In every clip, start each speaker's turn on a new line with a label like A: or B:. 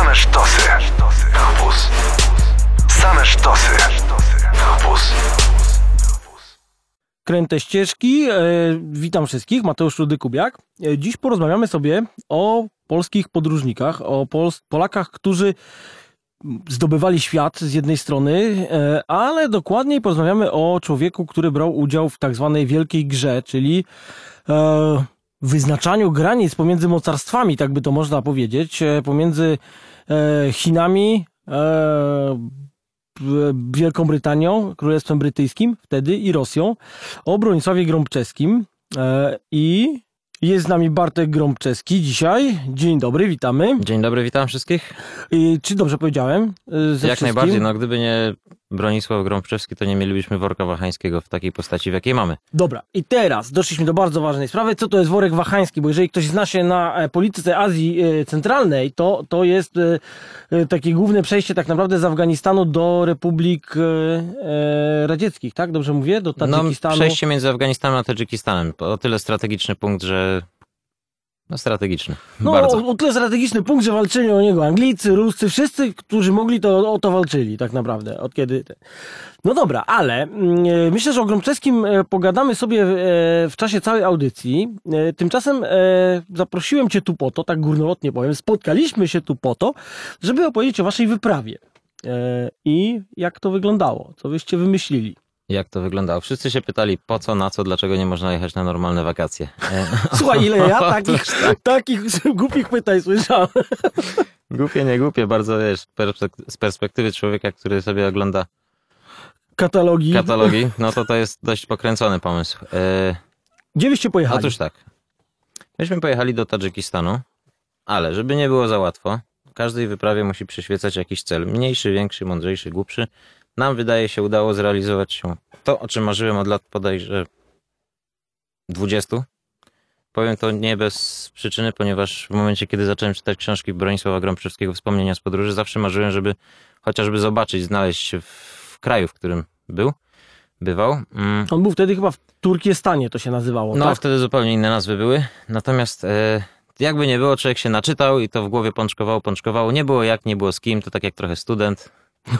A: Same sztosy. Campus. Same sztosy. Campus.
B: Kręte ścieżki. Witam wszystkich, Mateusz Rudy-Kubiak. Dziś porozmawiamy sobie o polskich podróżnikach, o Polakach, którzy zdobywali świat z jednej strony, ale dokładniej porozmawiamy o człowieku, który brał udział w tak zwanej wielkiej grze, czyli wyznaczaniu granic pomiędzy mocarstwami, tak by to można powiedzieć, pomiędzy Chinami, Wielką Brytanią, Królestwem Brytyjskim wtedy i Rosją, o Bronisławie Grąbczewskim. I jest z nami Bartek Grąbczewski dzisiaj. Dzień dobry, witamy.
C: Dzień dobry, witam wszystkich.
B: Czy dobrze powiedziałem?
C: Jak najbardziej, no gdyby nie Bronisław Grąbczewski, to nie mielibyśmy worka wachańskiego w takiej postaci, w jakiej mamy.
B: Dobra, i teraz doszliśmy do bardzo ważnej sprawy. Co to jest worek wachański? Bo jeżeli ktoś zna się na polityce Azji Centralnej, to jest takie główne przejście tak naprawdę z Afganistanu do republik radzieckich, tak? Dobrze mówię? Do Tadżykistanu.
C: No, przejście między Afganistanem a Tadżykistanem. O tyle strategiczny punkt, że... No strategiczny.
B: No
C: bardzo.
B: O tyle strategiczny punkt, że walczyli o niego Anglicy, Ruscy, wszyscy, którzy mogli, to o to walczyli tak naprawdę. Od kiedy... No dobra, ale myślę, że o Grąbczewskim pogadamy sobie w czasie całej audycji. Tymczasem zaprosiłem cię tu po to, tak górnolotnie powiem, spotkaliśmy się tu po to, żeby opowiedzieć o waszej wyprawie. I jak to wyglądało, co wyście wymyślili.
C: Jak to wyglądało? Wszyscy się pytali, po co, na co, dlaczego nie można jechać na normalne wakacje.
B: Słuchaj, ile ja takich głupich pytań słyszałem.
C: Głupie, nie głupie, bardzo wiesz, z perspektywy człowieka, który sobie ogląda
B: katalogi,
C: no to jest dość pokręcony pomysł.
B: Gdzie byście pojechali?
C: Otóż tak, myśmy pojechali do Tadżykistanu, ale żeby nie było za łatwo, każdej wyprawie musi przyświecać jakiś cel, mniejszy, większy, mądrzejszy, głupszy. Nam, wydaje się, udało zrealizować się to, o czym marzyłem od lat bodajże 20. Powiem to nie bez przyczyny, ponieważ w momencie, kiedy zacząłem czytać książki Bronisława Grąbczewskiego, Wspomnienia z podróży, zawsze marzyłem, żeby chociażby zobaczyć, znaleźć się w kraju, w którym bywał.
B: On był wtedy chyba w Turkestanie, to się nazywało,
C: no,
B: tak?
C: wtedy zupełnie inne nazwy były. Natomiast jakby nie było, człowiek się naczytał i to w głowie pączkowało. Nie było jak, nie było z kim, to tak jak trochę student.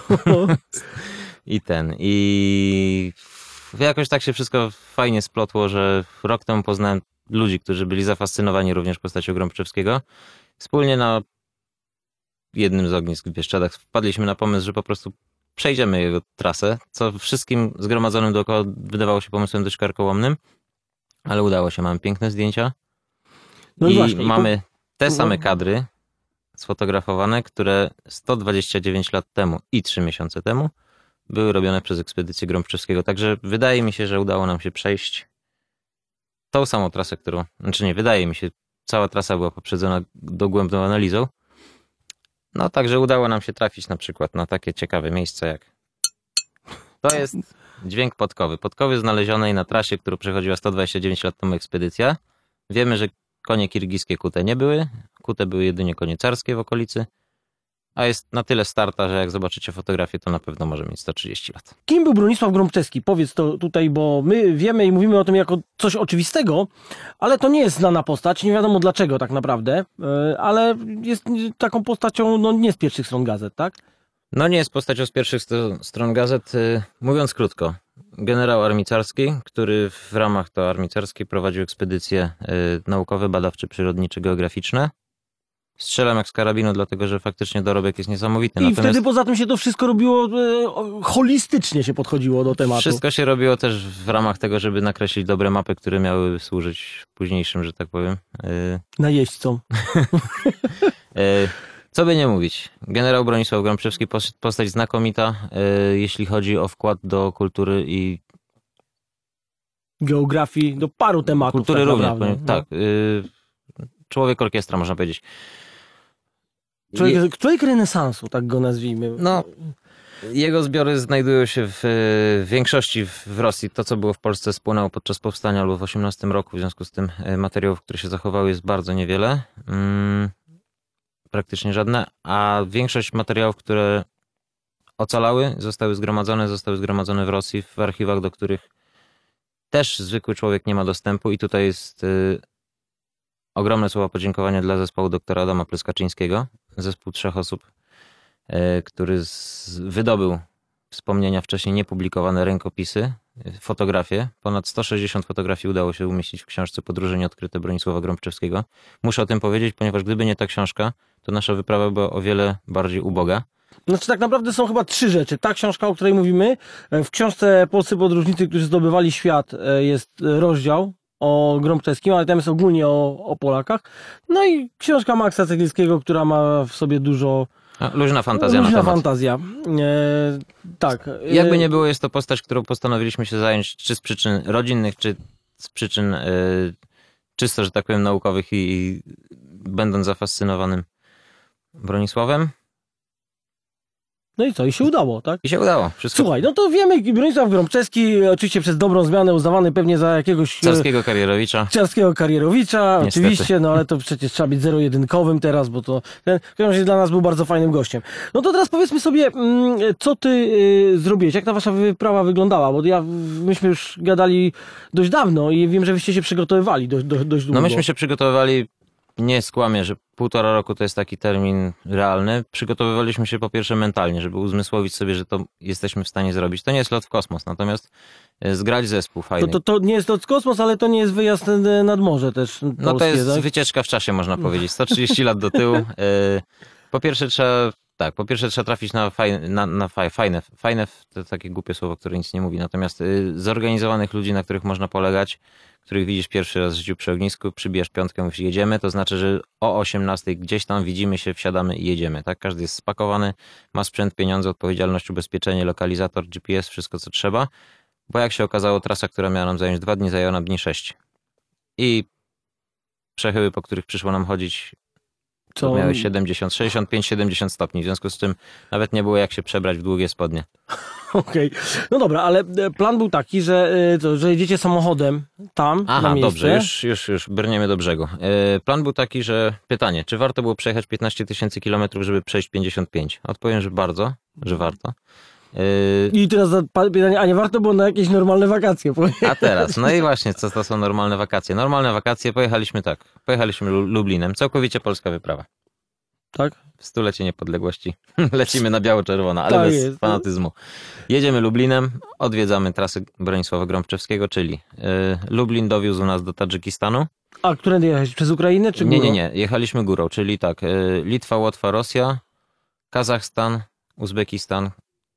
C: I jakoś tak się wszystko fajnie splotło, że rok temu poznałem ludzi, którzy byli zafascynowani również postacią Grąbczewskiego. Wspólnie na jednym z ognisk w Bieszczadach wpadliśmy na pomysł, że po prostu przejdziemy jego trasę, co wszystkim zgromadzonym dookoła wydawało się pomysłem dość karkołomnym, ale udało się. Mamy piękne zdjęcia
B: no właśnie,
C: mamy te same kadry sfotografowane, które 129 lat temu i 3 miesiące temu były robione przez ekspedycję Grąbczewskiego. Także wydaje mi się, że udało nam się przejść tą samą trasę, wydaje mi się, cała trasa była poprzedzona dogłębną analizą. No także udało nam się trafić na przykład na takie ciekawe miejsca jak... To jest dźwięk podkowy. Podkowy znalezionej na trasie, którą przechodziła 129 lat temu ekspedycja. Wiemy, że konie kirgijskie kute nie były. Kute były jedynie konie carskie w okolicy. A jest na tyle starta, że jak zobaczycie fotografię, to na pewno może mieć 130 lat.
B: Kim był Bronisław Grąbczewski? Powiedz to tutaj, bo my wiemy i mówimy o tym jako coś oczywistego, ale to nie jest znana postać, nie wiadomo dlaczego tak naprawdę, ale jest taką postacią, no nie z pierwszych stron gazet, tak?
C: No nie jest postacią z pierwszych stron gazet. Mówiąc krótko, generał armicarski, który w ramach to armicarskiej prowadził ekspedycje naukowe, badawcze, przyrodnicze, geograficzne. Strzelam jak z karabinu, dlatego że faktycznie dorobek jest niesamowity.
B: I wtedy poza tym się to wszystko robiło, holistycznie się podchodziło do tematu.
C: Wszystko się robiło też w ramach tego, żeby nakreślić dobre mapy, które miały służyć późniejszym, że tak powiem.
B: Najeźdźcom.
C: Co by nie mówić. Generał Bronisław Grąbczewski, postać znakomita, jeśli chodzi o wkład do kultury i
B: geografii, do paru tematów.
C: Kultury
B: tak
C: również,
B: naprawdę,
C: tak. Człowiek orkiestra, można powiedzieć.
B: Człowiek renesansu, tak go nazwijmy.
C: No, jego zbiory znajdują się w większości w Rosji. To, co było w Polsce, spłynęło podczas powstania albo w 18 roku. W związku z tym materiałów, które się zachowały, jest bardzo niewiele. Praktycznie żadne. A większość materiałów, które ocalały, zostały zgromadzone w Rosji, w archiwach, do których też zwykły człowiek nie ma dostępu. I tutaj jest ogromne słowa podziękowania dla zespołu doktora Adama Pleskaczyńskiego zespół 3 osób, który wydobył wspomnienia wcześniej niepublikowane rękopisy, fotografie. Ponad 160 fotografii udało się umieścić w książce Podróże nieodkryte Bronisława Grąbczewskiego. Muszę o tym powiedzieć, ponieważ gdyby nie ta książka, to nasza wyprawa była o wiele bardziej uboga.
B: Znaczy tak naprawdę są chyba 3 rzeczy. Ta książka, o której mówimy, w książce Polscy podróżnicy, którzy zdobywali świat, jest rozdział o Grąbczewskim, ale tam jest ogólnie o Polakach. No i książka Maxa Cegielskiego, która ma w sobie dużo...
C: Luźna fantazja
B: Luźna
C: na temat.
B: fantazja. Tak.
C: Jakby nie było, jest to postać, którą postanowiliśmy się zająć czy z przyczyn rodzinnych, czy z przyczyn czysto, że tak powiem, naukowych i będąc zafascynowanym Bronisławem.
B: No i co? I się udało, tak?
C: I się udało. Wszystko
B: Słuchaj, no to wiemy, Bronisław Grąbczewski, oczywiście przez dobrą zmianę uznawany pewnie za jakiegoś
C: carskiego karierowicza.
B: carskiego karierowicza,
C: Niestety.
B: oczywiście, no ale to przecież trzeba być zero-jedynkowym teraz, bo to ten w każdym razie dla nas był bardzo fajnym gościem. No to teraz powiedzmy sobie, co ty zrobiłeś, jak ta wasza wyprawa wyglądała, bo myśmy już gadali dość dawno i wiem, że wyście się przygotowywali dość długo.
C: No myśmy się przygotowywali, nie skłamię, że 1,5 roku to jest taki termin realny. Przygotowywaliśmy się po pierwsze mentalnie, żeby uzmysłowić sobie, że to jesteśmy w stanie zrobić. To nie jest lot w kosmos, natomiast zgrać zespół fajny.
B: To nie jest lot w kosmos, ale to nie jest wyjazd nad morze też polskie,
C: No to jest
B: tak?
C: wycieczka w czasie, można powiedzieć. 130 lat do tyłu. Po pierwsze trzeba trafić na fajne, to takie głupie słowo, które nic nie mówi, natomiast zorganizowanych ludzi, na których można polegać, których widzisz pierwszy raz w życiu przy ognisku, przybijasz piątkę, mówisz jedziemy, to znaczy, że o 18 gdzieś tam widzimy się, wsiadamy i jedziemy, tak? Każdy jest spakowany, ma sprzęt, pieniądze, odpowiedzialność, ubezpieczenie, lokalizator, GPS, wszystko co trzeba, bo jak się okazało, trasa, która miała nam zająć 2 dni, zajęła nam dni 6. I przechyły, po których przyszło nam chodzić, to miały 70, 65, 70 stopni, w związku z czym nawet nie było jak się przebrać w długie spodnie.
B: Okej. No dobra, ale plan był taki, że jedziecie samochodem tam, na miejsce.
C: Dobrze, już brniemy do brzegu. Plan był taki, że pytanie, czy warto było przejechać 15 000 kilometrów, żeby przejść 55? Odpowiem, że bardzo, że warto.
B: I teraz pytanie, a nie warto było na jakieś normalne wakacje pojechać?
C: A teraz, no i właśnie, co to są normalne wakacje? Normalne wakacje pojechaliśmy Lublinem, całkowicie polska wyprawa.
B: Tak?
C: W 100-lecie niepodległości lecimy na biało-czerwono, ale
B: Tak
C: bez
B: jest.
C: fanatyzmu. Jedziemy Lublinem, odwiedzamy trasę Bronisława Grąbczewskiego, czyli Lublin dowiózł nas do Tadżykistanu.
B: A którędy jechać? Przez Ukrainę czy górą?
C: Nie. Jechaliśmy górą, czyli tak, Litwa, Łotwa, Rosja, Kazachstan, Uzbekistan,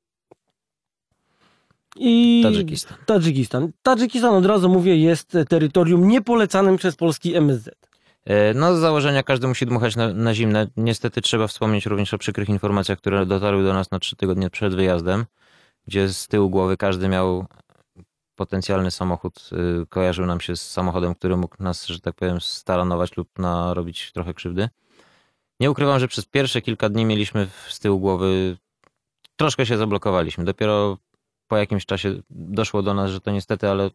B: I
C: Tadżykistan.
B: Tadżykistan, od razu mówię, jest terytorium niepolecanym przez polski MSZ.
C: No z założenia każdy musi dmuchać na zimne. Niestety trzeba wspomnieć również o przykrych informacjach, które dotarły do nas na 3 tygodnie przed wyjazdem, gdzie z tyłu głowy każdy miał potencjalny samochód, kojarzył nam się z samochodem, który mógł nas, że tak powiem, staranować lub narobić trochę krzywdy. Nie ukrywam, że przez pierwsze kilka dni mieliśmy z tyłu głowy, troszkę się zablokowaliśmy. Dopiero po jakimś czasie doszło do nas, że to niestety, ale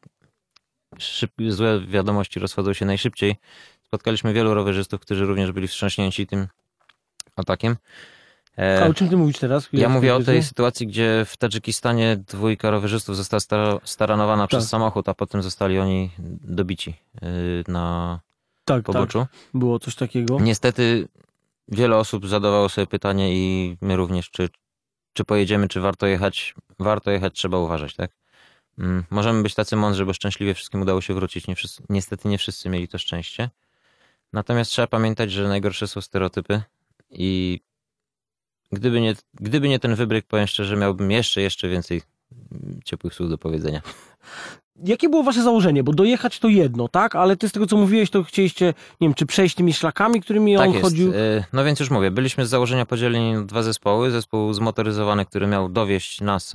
C: złe wiadomości rozchodzą się najszybciej. Spotkaliśmy wielu rowerzystów, którzy również byli wstrząśnięci tym atakiem.
B: A o czym ty mówisz teraz?
C: Ja mówię o tej sytuacji, gdzie w Tadżykistanie 2 rowerzystów została staranowana przez samochód, a potem zostali oni dobici na poboczu.
B: Tak, było coś takiego.
C: Niestety wiele osób zadawało sobie pytanie i my również, czy pojedziemy, czy warto jechać. Warto jechać, trzeba uważać, tak? Możemy być tacy mądrzy, bo szczęśliwie wszystkim udało się wrócić. Niestety nie wszyscy mieli to szczęście. Natomiast trzeba pamiętać, że najgorsze są stereotypy i gdyby nie ten wybryk, powiem szczerze, miałbym jeszcze więcej ciepłych słów do powiedzenia.
B: Jakie było wasze założenie? Bo dojechać to jedno, tak? Ale ty z tego, co mówiłeś, to chcieliście, nie wiem, czy przejść tymi szlakami, którymi
C: tak
B: on
C: jest.
B: chodził?
C: No więc już mówię, byliśmy z założenia podzieleni na 2 zespoły. Zespół zmotoryzowany, który miał dowieźć nas,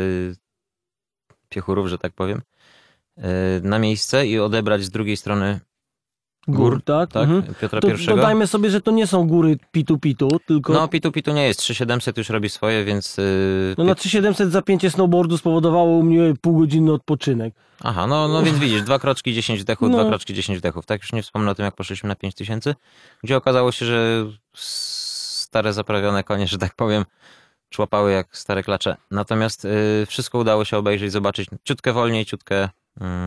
C: piechurów, że tak powiem, na miejsce i odebrać z drugiej strony gór,
B: tak?
C: Piotra
B: To
C: I.
B: dodajmy sobie, że to nie są góry Pitu, tylko...
C: No, Pitu nie jest. 3700 już robi swoje, więc...
B: No na 3700 zapięcie snowboardu spowodowało u mnie półgodzinny odpoczynek.
C: Aha, no więc widzisz, 2 kroczki, 10 wdechów, 2 kroczki, 10 wdechów. Tak, już nie wspomnę o tym, jak poszliśmy na 5000, gdzie okazało się, że stare zaprawione konie, że tak powiem, człapały jak stare klacze. Natomiast wszystko udało się obejrzeć, zobaczyć ciutkę wolniej, ciutkę...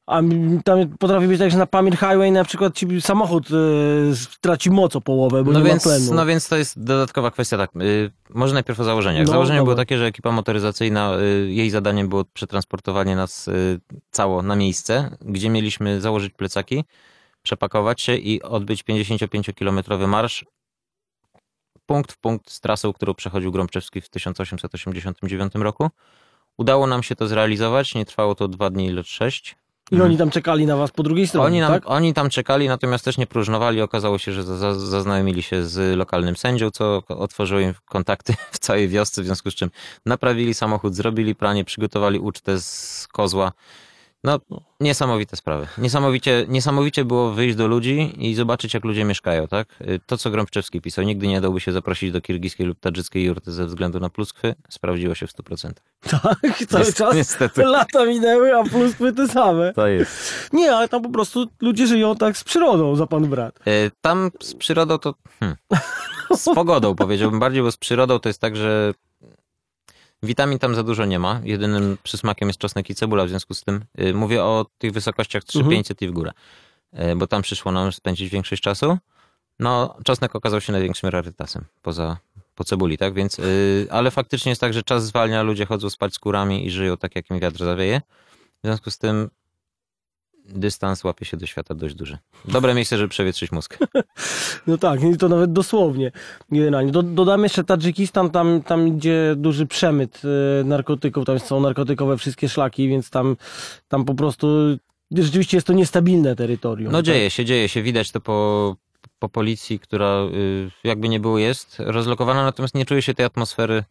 B: A tam potrafi być tak, że na Pamir Highway na przykład ci samochód traci moc o połowę, bo nie ma tlenu.
C: No więc to jest dodatkowa kwestia, tak. Może najpierw o założeniach.
B: No,
C: Założenie
B: dobra.
C: było takie, że ekipa motoryzacyjna, jej zadaniem było przetransportowanie nas cało na miejsce, gdzie mieliśmy założyć plecaki, przepakować się i odbyć 55-kilometrowy marsz punkt w punkt z trasą, którą przechodził Grąbczewski w 1889 roku. Udało nam się to zrealizować, nie trwało to 2 dni, lecz 6.
B: I oni tam czekali na was po drugiej stronie, tak?
C: Oni tam czekali, natomiast też nie próżnowali. Okazało się, że zaznajomili się z lokalnym sędzią, co otworzyło im kontakty w całej wiosce, w związku z czym naprawili samochód, zrobili pranie, przygotowali ucztę z kozła. No, niesamowite sprawy. Niesamowicie było wyjść do ludzi i zobaczyć, jak ludzie mieszkają, tak? To, co Grąbczewski pisał, nigdy nie dałby się zaprosić do kirgijskiej lub tadżyckiej jurty ze względu na pluskwy, sprawdziło się w 100%.
B: Tak, cały czas
C: Niestety.
B: lata minęły, a pluskwy te same.
C: To jest.
B: Nie, ale tam po prostu ludzie żyją tak z przyrodą, za pan brat.
C: Tam z przyrodą to... Z pogodą powiedziałbym bardziej, bo z przyrodą to jest tak, że witamin tam za dużo nie ma. Jedynym przysmakiem jest czosnek i cebula, w związku z tym mówię o tych wysokościach 3500 i w górę. Bo tam przyszło nam spędzić większość czasu. No, czosnek okazał się największym rarytasem po cebuli, tak? Więc, ale faktycznie jest tak, że czas zwalnia, ludzie chodzą spać skórami i żyją tak, jak im wiatr zawieje. W związku z tym dystans łapie się do świata dość duży. Dobre miejsce, żeby przewietrzyć mózg.
B: No tak, i to nawet dosłownie. Generalnie. Dodamy jeszcze Tadżykistan, tam idzie duży przemyt narkotyków, tam są narkotykowe wszystkie szlaki, więc tam po prostu rzeczywiście jest to niestabilne terytorium.
C: No
B: tak?
C: dzieje się. Widać to po policji, która jakby nie było jest rozlokowana, natomiast nie czuje się tej atmosfery,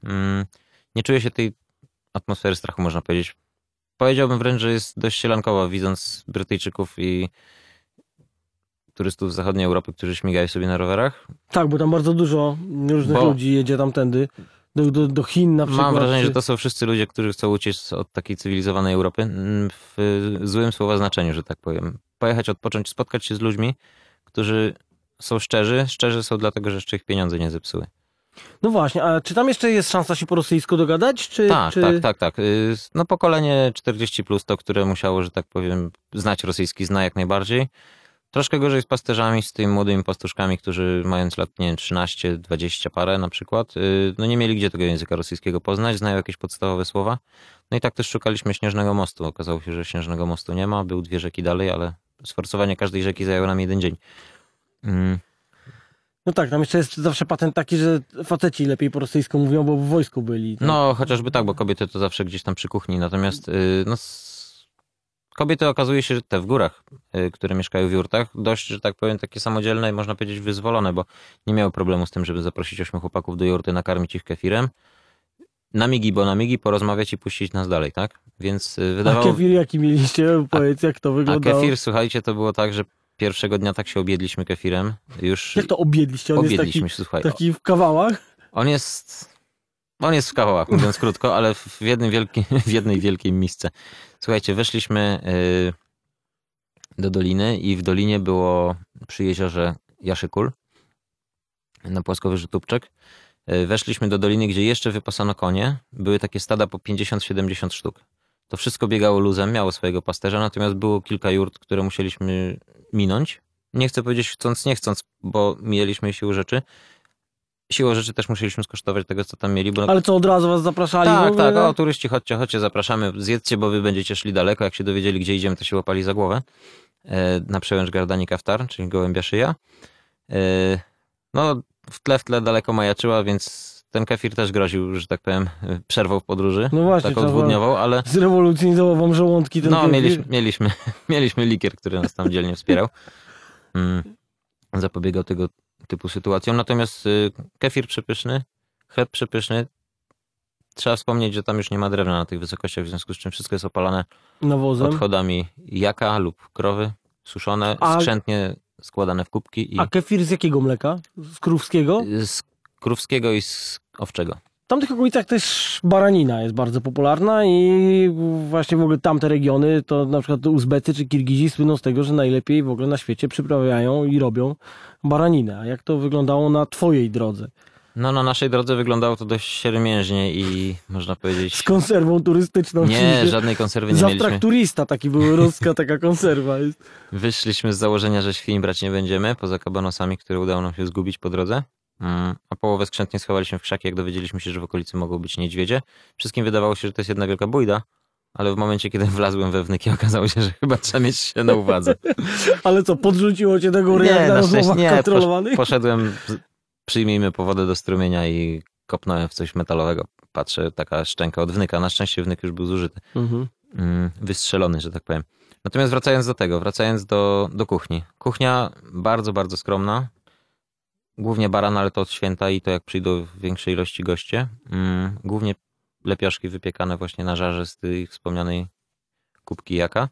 C: strachu, można powiedzieć. Powiedziałbym wręcz, że jest dość sielankowa, widząc Brytyjczyków i turystów z zachodniej Europy, którzy śmigają sobie na rowerach.
B: Tak, bo tam bardzo dużo różnych ludzi jedzie tamtędy. Do Chin na przykład.
C: Mam wrażenie, że to są wszyscy ludzie, którzy chcą uciec od takiej cywilizowanej Europy w złym słowa znaczeniu, że tak powiem. Pojechać, odpocząć, spotkać się z ludźmi, którzy są szczerzy. Szczerzy są dlatego, że jeszcze ich pieniądze nie zepsuły.
B: No właśnie, a czy tam jeszcze jest szansa się po rosyjsku dogadać?
C: Tak. No pokolenie 40+, to które musiało, że tak powiem, znać rosyjski, zna jak najbardziej. Troszkę gorzej z pasterzami, z tymi młodymi pastuszkami, którzy mając lat, nie wiem, 13, 20 parę na przykład, no nie mieli gdzie tego języka rosyjskiego poznać, znają jakieś podstawowe słowa. No i tak też szukaliśmy Śnieżnego Mostu. Okazało się, że Śnieżnego Mostu nie ma, był 2 rzeki dalej, ale sforcowanie każdej rzeki zajęło nam 1 dzień.
B: No tak, tam jeszcze jest zawsze patent taki, że faceci lepiej po rosyjsku mówią, bo w wojsku byli. Tak?
C: No chociażby tak, bo kobiety to zawsze gdzieś tam przy kuchni, natomiast kobiety okazuje się, że te w górach, które mieszkają w jurtach, dość, że tak powiem, takie samodzielne i można powiedzieć wyzwolone, bo nie miały problemu z tym, żeby zaprosić 8 chłopaków do jurty, nakarmić ich kefirem. Na migi, porozmawiać i puścić nas dalej, tak? Więc wydawało...
B: A kefir jaki mieliście? Powiedz, jak to wyglądało?
C: A kefir, słuchajcie, to było tak, że pierwszego dnia tak się objedliśmy kefirem. Już
B: jak to objedliście? On jest taki w kawałach?
C: On jest w kawałach, mówiąc krótko, ale w jednej wielkiej misce. Słuchajcie, weszliśmy do doliny i w dolinie było przy jeziorze Jaszykul na płaskowyżu Tubczek. Weszliśmy do doliny, gdzie jeszcze wypasano konie. Były takie stada po 50-70 sztuk. To wszystko biegało luzem, miało swojego pasterza, natomiast było kilka jurt, które musieliśmy minąć. Nie chcę powiedzieć chcąc, nie chcąc, bo mieliśmy siłą rzeczy. Siłą rzeczy też musieliśmy skosztować tego, co tam mieli. Bo...
B: Ale co, od razu was zapraszali?
C: Tak, o turyści, chodźcie, zapraszamy, zjedzcie, bo wy będziecie szli daleko. Jak się dowiedzieli, gdzie idziemy, to się łapali za głowę. Na przełęcz Gardani Kaftar, czyli Gołębia Szyja. No, w tle daleko majaczyła, więc ten kefir też groził, że tak powiem, przerwą w podróży. No właśnie, taką dwudniową, ale...
B: Zrewolucjonizował wam żołądki ten kefir.
C: Mieliśmy likier, który nas tam dzielnie wspierał. Zapobiegał tego typu sytuacjom. Natomiast kefir przepyszny, chleb przepyszny. Trzeba wspomnieć, że tam już nie ma drewna na tych wysokościach, w związku z czym wszystko jest opalane
B: nawozem,
C: odchodami jaka lub krowy, suszone, skrzętnie składane w kubki.
B: A kefir z jakiego mleka? Z krówskiego?
C: Z krówskiego i z owczego.
B: W tamtych okolicach też baranina jest bardzo popularna i właśnie w ogóle tamte regiony, to na przykład Uzbecy czy Kirgizi słyną z tego, że najlepiej w ogóle na świecie przyprawiają i robią baraninę. A jak to wyglądało na twojej drodze?
C: No na naszej drodze wyglądało to dość siermiężnie i można powiedzieć...
B: Z konserwą turystyczną.
C: Nie, żadnej konserwy nie mieliśmy.
B: Turista, taki był ruska taka konserwa jest.
C: Wyszliśmy z założenia, że świń brać nie będziemy, poza kabanosami, które udało nam się zgubić po drodze. A połowę skrzętnie schowaliśmy w krzaki, jak dowiedzieliśmy się, że w okolicy mogą być niedźwiedzie. Wszystkim wydawało się, że to jest jedna wielka bójda, ale w momencie, kiedy wlazłem we wnyki, okazało się, że chyba trzeba mieć się na uwadze.
B: Ale co, podrzuciło cię do góry jak na rozmowach kontrolowanych?
C: Poszedłem, przyjmijmy wodę do strumienia i kopnąłem w coś metalowego. Patrzę, taka szczęka od wnyka. Na szczęście wnyk już był zużyty. Wystrzelony, że tak powiem. Natomiast wracając do kuchni. Kuchnia bardzo, bardzo skromna. Głównie baran, ale to od święta i to jak przyjdą w większej ilości goście. Głównie lepioszki wypiekane właśnie na żarze z tej wspomnianej kubki jaka.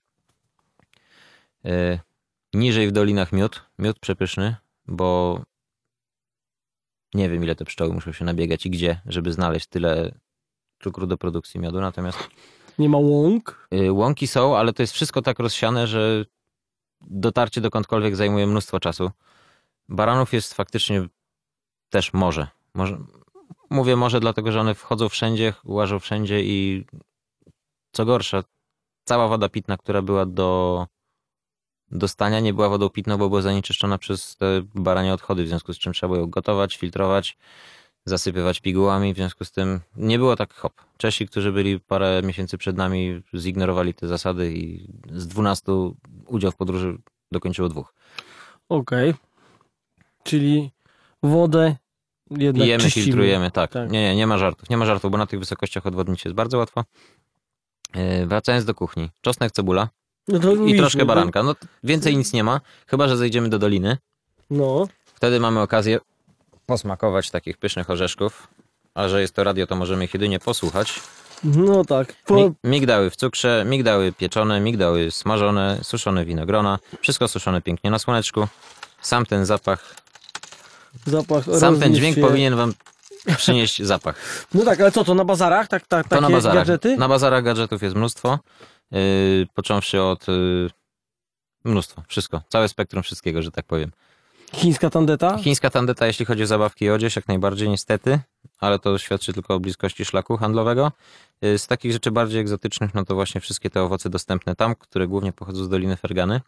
C: Niżej w dolinach miód przepyszny, bo nie wiem, ile te pszczoły muszą się nabiegać i gdzie, żeby znaleźć tyle cukru do produkcji miodu. Natomiast
B: nie ma łąk?
C: Łąki są, ale to jest wszystko tak rozsiane, że dotarcie dokądkolwiek zajmuje mnóstwo czasu. Baranów jest faktycznie też morze. Mówię może dlatego, że one wchodzą wszędzie, łażą wszędzie i co gorsza, cała woda pitna, która była do stania, nie była wodą pitną, bo była zanieczyszczona przez te baranie odchody, w związku z czym trzeba było ją gotować, filtrować, zasypywać pigułami, w związku z tym nie było tak hop. Czesi, którzy byli parę miesięcy przed nami, zignorowali te zasady i z 12 udział w podróży dokończyło 2.
B: Okej. Czyli wodę jednak
C: pijemy,
B: czyścimy.
C: filtrujemy, tak. Nie ma żartów. Nie ma żartów, bo na tych wysokościach odwodnić jest bardzo łatwo. Wracając do kuchni. Czosnek, cebula i troszkę baranka. No więcej nic nie ma, chyba że zejdziemy do doliny.
B: No.
C: Wtedy mamy okazję posmakować takich pysznych orzeszków. A że jest to radio, to możemy ich jedynie posłuchać.
B: No tak.
C: Migdały w cukrze, migdały pieczone, migdały smażone, suszone winogrona. Wszystko suszone pięknie na słoneczku. Sam ten zapach, sam ten dźwięk powinien wam przynieść zapach.
B: No tak, ale co to na bazarach? Takie
C: na bazarach.
B: Gadżety?
C: Na bazarach gadżetów jest mnóstwo. Począwszy od mnóstwo, wszystko. Całe spektrum wszystkiego, że tak powiem.
B: Chińska tandeta?
C: Chińska tandeta, jeśli chodzi o zabawki i odzież, jak najbardziej niestety, ale to świadczy tylko o bliskości szlaku handlowego. Z takich rzeczy bardziej egzotycznych, no to właśnie wszystkie te owoce dostępne tam, które głównie pochodzą z Doliny Fergany.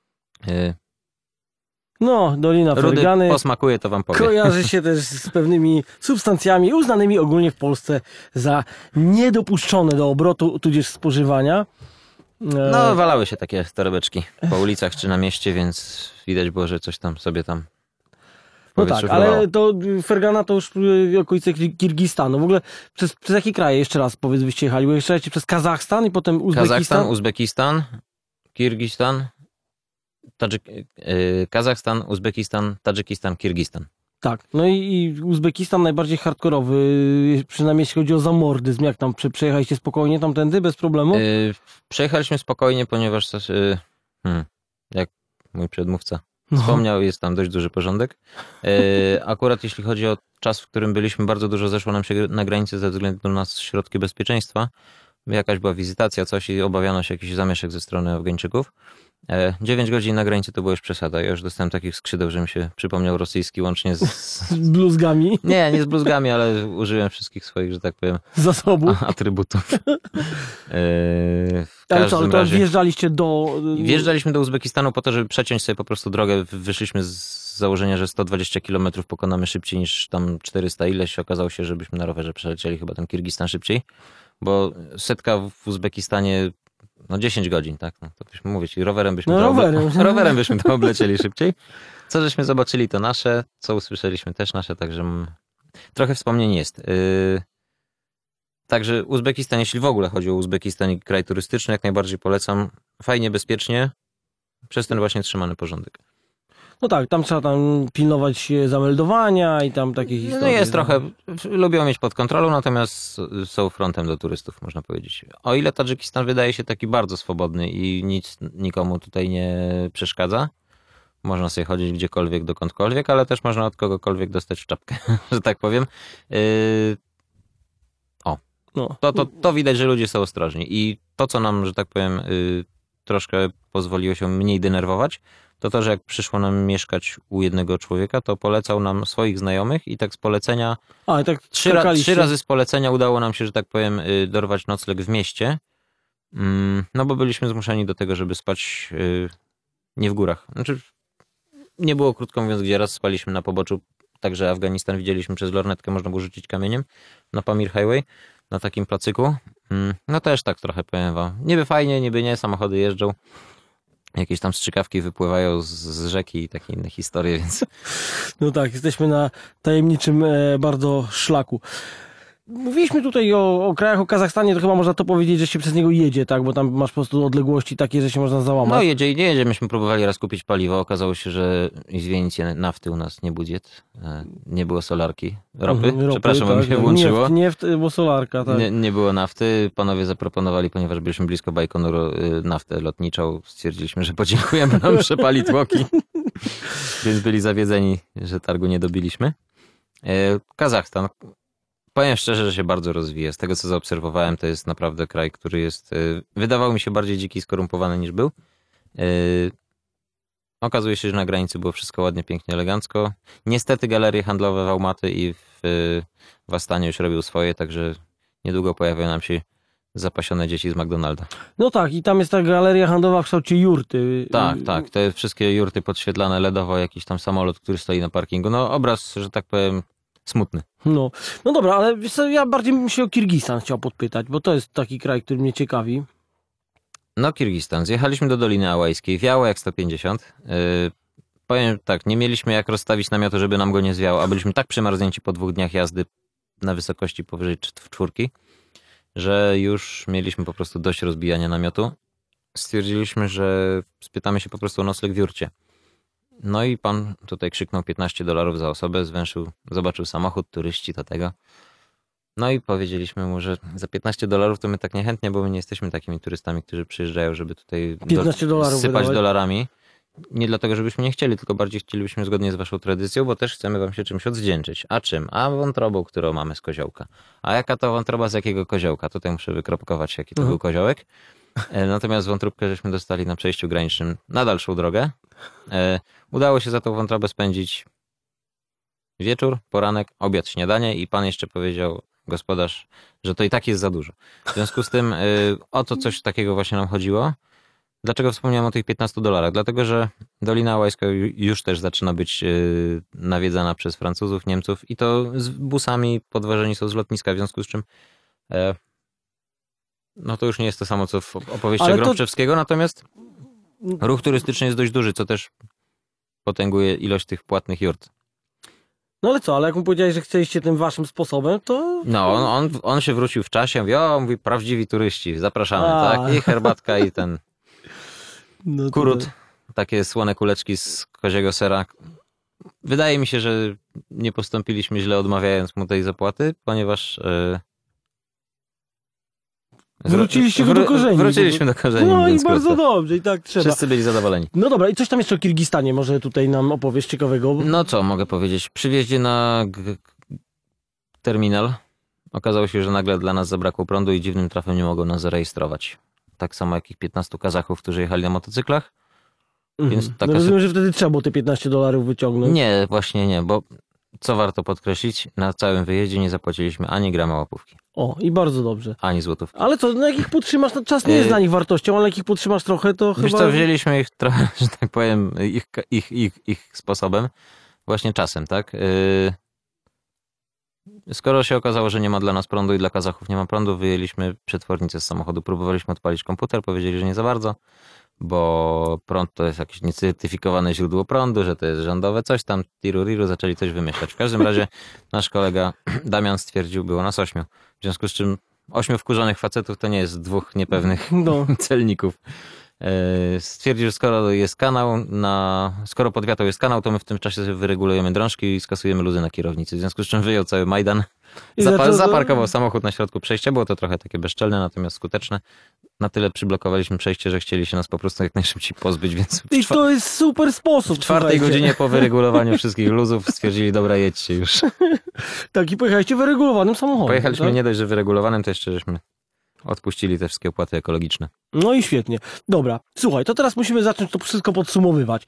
B: No, Dolina
C: Rudy
B: Fergany.
C: posmakuje, to wam powiem.
B: Kojarzy się też z pewnymi substancjami uznanymi ogólnie w Polsce za niedopuszczone do obrotu, tudzież spożywania.
C: No, walały się takie torebeczki po ulicach czy na mieście, więc widać było, że coś tam sobie tam
B: no tak, ale to Fergana to już okolice Kirgistanu. W ogóle przez jakie kraje, jeszcze raz powiedz, byście jechali? Bo jeszcze przez Kazachstan i potem Uzbekistan?
C: Uzbekistan, Kirgistan, Kazachstan, Uzbekistan, Tadżykistan, Kirgistan.
B: Tak, no i Uzbekistan najbardziej hardkorowy, przynajmniej jeśli chodzi o zamordyzm. Jak tam, przejechaliście spokojnie tamtędy, bez problemu?
C: Przejechaliśmy spokojnie, ponieważ jak mój przedmówca wspomniał, jest tam dość duży porządek. Akurat jeśli chodzi o czas, w którym byliśmy, bardzo dużo zeszło nam się na granicy ze względu na środki bezpieczeństwa. Jakaś była wizytacja, coś i obawiano się jakiś zamieszek ze strony Afgańczyków. 9 godzin na granicy to była już przesada. Ja już dostałem takich skrzydeł, że mi się przypomniał rosyjski łącznie z
B: bluzgami?
C: Nie z bluzgami, ale użyłem wszystkich swoich, że tak powiem,
B: zasobów,
C: atrybutów.
B: Ale co, to wjeżdżaliście
C: Wjeżdżaliśmy do Uzbekistanu po to, żeby przeciąć sobie po prostu drogę. Wyszliśmy z założenia, że 120 km pokonamy szybciej niż tam 400 ileś. Okazało się, żebyśmy na rowerze przelecieli chyba ten Kirgistan szybciej, bo setka w Uzbekistanie 10 godzin, tak? No, to byśmy mówić, rowerem byśmy to oblecieli szybciej. Co żeśmy zobaczyli, to nasze, co usłyszeliśmy też nasze, także trochę wspomnień jest. Także Uzbekistan, jeśli w ogóle chodzi o Uzbekistan i kraj turystyczny, jak najbardziej polecam. Fajnie, bezpiecznie, przez ten właśnie trzymany porządek.
B: No tak, tam trzeba pilnować zameldowania i tam takich historii.
C: No jest trochę, lubią mieć pod kontrolą, natomiast są frontem do turystów, można powiedzieć. O ile Tadżykistan wydaje się taki bardzo swobodny i nic nikomu tutaj nie przeszkadza, można sobie chodzić gdziekolwiek, dokądkolwiek, ale też można od kogokolwiek dostać w czapkę, że tak powiem. To widać, że ludzie są ostrożni i to, co nam, że tak powiem, troszkę pozwoliło się mniej denerwować, to, że jak przyszło nam mieszkać u jednego człowieka, to polecał nam swoich znajomych i tak z polecenia,
B: A, i tak
C: trzy razy z polecenia udało nam się, że tak powiem, dorwać nocleg w mieście, no bo byliśmy zmuszeni do tego, żeby spać nie w górach. Znaczy, nie było, krótko mówiąc, gdzie. Raz spaliśmy na poboczu, także Afganistan widzieliśmy przez lornetkę, można było rzucić kamieniem na Pamir Highway, na takim placyku. No też tak trochę, powiem wam. Niby fajnie, niby nie, samochody jeżdżą, jakieś tam strzykawki wypływają z rzeki i takie inne historie, więc...
B: No tak, jesteśmy na tajemniczym bardzo szlaku. Mówiliśmy tutaj o krajach, o Kazachstanie, to chyba można to powiedzieć, że się przez niego jedzie, tak? Bo tam masz po prostu odległości takie, że się można załamać.
C: No jedzie i nie jedzie. Myśmy próbowali raz kupić paliwo. Okazało się, że izwienicie nafty u nas nie budżet. Nie było solarki. Ropy. Przepraszam, tak, mi się włączyło.
B: Nie, bo solarka, tak.
C: Nie było nafty. Panowie zaproponowali, ponieważ byliśmy blisko Bajkonoru, naftę lotniczą. Stwierdziliśmy, że podziękujemy, nam przepali tłoki. Więc byli zawiedzeni, że targu nie dobiliśmy. Kazachstan. Powiem szczerze, że się bardzo rozwija. Z tego, co zaobserwowałem, to jest naprawdę kraj, który jest, wydawał mi się bardziej dziki i skorumpowany niż był. Okazuje się, że na granicy było wszystko ładnie, pięknie, elegancko. Niestety galerie handlowe w Almaty i w Astanie już robią swoje, także niedługo pojawią nam się zapasione dzieci z McDonalda.
B: No tak, i tam jest ta galeria handlowa w kształcie jurty.
C: Tak. Te wszystkie jurty podświetlane LEDowo, jakiś tam samolot, który stoi na parkingu. No obraz, że tak powiem, smutny.
B: No dobra, ale wiesz co, ja bardziej bym się o Kirgistan chciał podpytać, bo to jest taki kraj, który mnie ciekawi.
C: No Kirgistan. Zjechaliśmy do Doliny Ałajskiej. Wiało jak 150. Powiem tak, nie mieliśmy jak rozstawić namiotu, żeby nam go nie zwiało, a byliśmy tak przemarznięci po 2 dniach jazdy na wysokości powyżej 4, że już mieliśmy po prostu dość rozbijania namiotu. Stwierdziliśmy, że spytamy się po prostu o nocleg w jurcie. No i pan tutaj krzyknął $15 za osobę, zwęszył, zobaczył samochód, turyści do tego. No i powiedzieliśmy mu, że za $15 to my tak niechętnie, bo my nie jesteśmy takimi turystami, którzy przyjeżdżają, żeby tutaj sypać
B: wydawać
C: dolarami. Nie dlatego, żebyśmy nie chcieli, tylko bardziej chcielibyśmy zgodnie z waszą tradycją, bo też chcemy wam się czymś odwdzięczyć. A czym? A wątrobą, którą mamy z koziołka. A jaka to wątroba z jakiego koziołka? Tutaj muszę wykropkować, jaki to był koziołek. Natomiast wątróbkę żeśmy dostali na przejściu granicznym na dalszą drogę. Udało się za tą wątrobę spędzić wieczór, poranek, obiad, śniadanie i pan jeszcze powiedział, gospodarz, że to i tak jest za dużo. W związku z tym o to coś takiego właśnie nam chodziło. Dlaczego wspomniałem o tych $15? Dlatego, że Dolina Ałajska już też zaczyna być nawiedzana przez Francuzów, Niemców i to z busami podwożeni są z lotniska, w związku z czym no to już nie jest to samo, co w opowieściach Grąbczewskiego, natomiast ruch turystyczny jest dość duży, co też potęguje ilość tych płatnych jurt.
B: No ale co, ale jak mu powiedziałeś, że chcieliście tym waszym sposobem, to...
C: No, on się wrócił w czasie, mówi, prawdziwi turyści, zapraszamy, tak? I herbatka, i ten
B: no
C: kurut, takie słone kuleczki z koziego sera. Wydaje mi się, że nie postąpiliśmy źle, odmawiając mu tej zapłaty, ponieważ...
B: Wróciliście do korzeni.
C: Wróciliśmy do korzeni.
B: No i bardzo dobrze, i tak trzeba.
C: Wszyscy byli zadowoleni.
B: No dobra, i coś tam jeszcze o Kirgistanie może tutaj nam opowiesz ciekawego?
C: No co mogę powiedzieć? Przy wjeździe na terminal okazało się, że nagle dla nas zabrakło prądu i dziwnym trafem nie mogą nas zarejestrować. Tak samo jak ich 15 Kazachów, którzy jechali na motocyklach. Więc taka
B: rozumiem, że wtedy trzeba było te $15 wyciągnąć.
C: Nie, właśnie nie, bo co warto podkreślić, na całym wyjeździe nie zapłaciliśmy ani grama łapówki.
B: O, i bardzo dobrze.
C: Ani złotówki.
B: Ale co, no jak ich podtrzymasz, no czas nie jest dla nich wartością, ale jak ich podtrzymasz trochę, to
C: Wiesz
B: chyba...
C: co, wzięliśmy ich trochę, że tak powiem, ich sposobem, właśnie czasem, tak? Skoro się okazało, że nie ma dla nas prądu i dla Kazachów nie ma prądu, wyjęliśmy przetwornicę z samochodu, próbowaliśmy odpalić komputer, powiedzieli, że nie za bardzo, bo prąd to jest jakieś niecertyfikowane źródło prądu, że to jest rządowe coś tam, tiru, zaczęli coś wymyślać. W każdym razie nasz kolega Damian stwierdził, było nas 8, w związku z czym 8 wkurzonych facetów to nie jest 2 niepewnych celników. Stwierdził, że skoro jest kanał, skoro pod wiatą jest kanał, to my w tym czasie sobie wyregulujemy drążki i skasujemy luzy na kierownicy. W związku z czym wyjął cały Majdan, zaparkował samochód na środku przejścia. Było to trochę takie bezczelne, natomiast skuteczne. Na tyle przyblokowaliśmy przejście, że chcieli się nas po prostu jak najszybciej pozbyć, więc
B: I to jest super sposób.
C: W 4 godzinie po wyregulowaniu wszystkich luzów stwierdzili, dobra, jedźcie już.
B: Tak, i pojechaliście wyregulowanym samochodem.
C: Pojechaliśmy
B: tak?
C: nie dość, że wyregulowanym, to jeszcze żeśmy odpuścili te wszystkie opłaty ekologiczne.
B: No i świetnie. Dobra, słuchaj, to teraz musimy zacząć to wszystko podsumowywać.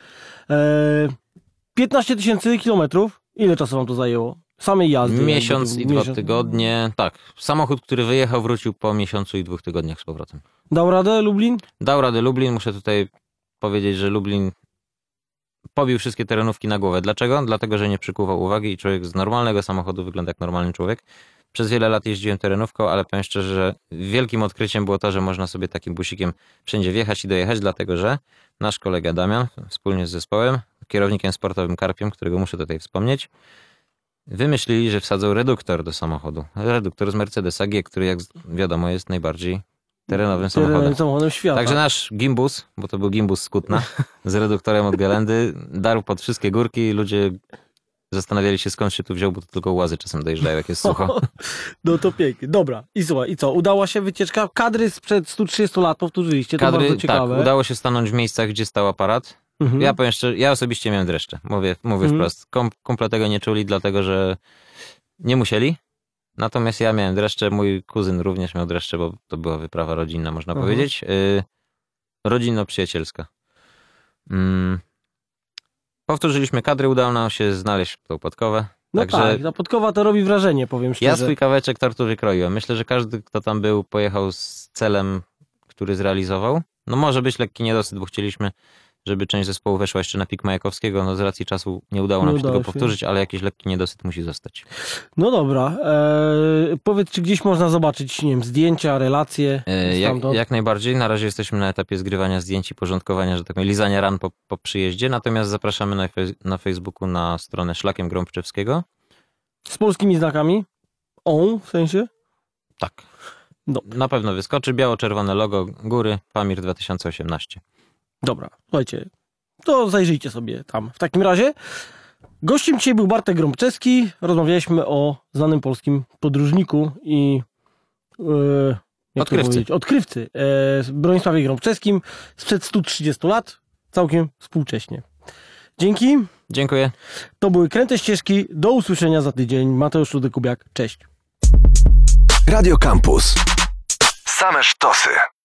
B: 15 000 kilometrów. Ile czasu wam to zajęło? Samej jazdy.
C: Miesiąc i 2 tygodnie. Tak, samochód, który wyjechał, wrócił po miesiącu i 2 tygodniach z powrotem.
B: Dał radę Lublin?
C: Dał radę Lublin. Muszę tutaj powiedzieć, że Lublin pobił wszystkie terenówki na głowę. Dlaczego? Dlatego, że nie przykuwał uwagi i człowiek z normalnego samochodu wygląda jak normalny człowiek. Przez wiele lat jeździłem terenówką, ale powiem szczerze, że wielkim odkryciem było to, że można sobie takim busikiem wszędzie wjechać i dojechać, dlatego że nasz kolega Damian, wspólnie z zespołem, kierownikiem sportowym Karpiem, którego muszę tutaj wspomnieć, wymyślili, że wsadzą reduktor do samochodu. Reduktor z Mercedesa G, który jak wiadomo jest najbardziej terenowym samochodem
B: świata.
C: Także nasz gimbus, bo to był gimbus z Kutna, z reduktorem od Galendy, darł pod wszystkie górki i ludzie zastanawiali się, skąd się tu wziął, bo to tylko łazy czasem dojeżdżają, jak jest sucho.
B: No to pięknie. Dobra. I słuchaj, i co? Udała się wycieczka? Kadry sprzed 130 lat powtórzyliście, to bardzo ciekawe.
C: Tak, udało się stanąć w miejscach, gdzie stał aparat. Ja powiem szczerze, ja osobiście miałem dreszcze. Mówię wprost. Kumple tego nie czuli, dlatego że nie musieli. Natomiast ja miałem dreszcze, mój kuzyn również miał dreszcze, bo to była wyprawa rodzinna, można powiedzieć. Rodzinno-przyjacielska. Powtórzyliśmy kadry, udało nam się znaleźć tą podkowę.
B: No także tak, ta podkowa to robi wrażenie, powiem szczerze.
C: Ja swój kawałeczek tortu wykroiłem. Myślę, że każdy, kto tam był, pojechał z celem, który zrealizował. No może być lekki niedosyt, bo chcieliśmy, żeby część zespołu weszła jeszcze na pik Majakowskiego. No z racji czasu nie udało nam się tego powtórzyć, ale jakiś lekki niedosyt musi zostać.
B: No dobra. Powiedz, czy gdzieś można zobaczyć, nie wiem, zdjęcia, relacje?
C: Jak najbardziej. Na razie jesteśmy na etapie zgrywania zdjęć i porządkowania, że tak powiem, lizania ran po przyjeździe. Natomiast zapraszamy na Facebooku na stronę Szlakiem Grąbczewskiego.
B: Z polskimi znakami? W sensie?
C: Tak. Na pewno wyskoczy. Biało-czerwone logo góry, Pamir 2018.
B: Dobra, słuchajcie, to zajrzyjcie sobie tam. W takim razie gościem dzisiaj był Bartek Grąbczewski. Rozmawialiśmy o znanym polskim podróżniku i odkrywcy Bronisławie Grąbczewskim sprzed 130 lat, całkiem współcześnie. Dzięki.
C: Dziękuję.
B: To były Kręte Ścieżki. Do usłyszenia za tydzień. Mateusz Rudy-Kubiak. Cześć.
A: Radio Campus. Same sztosy.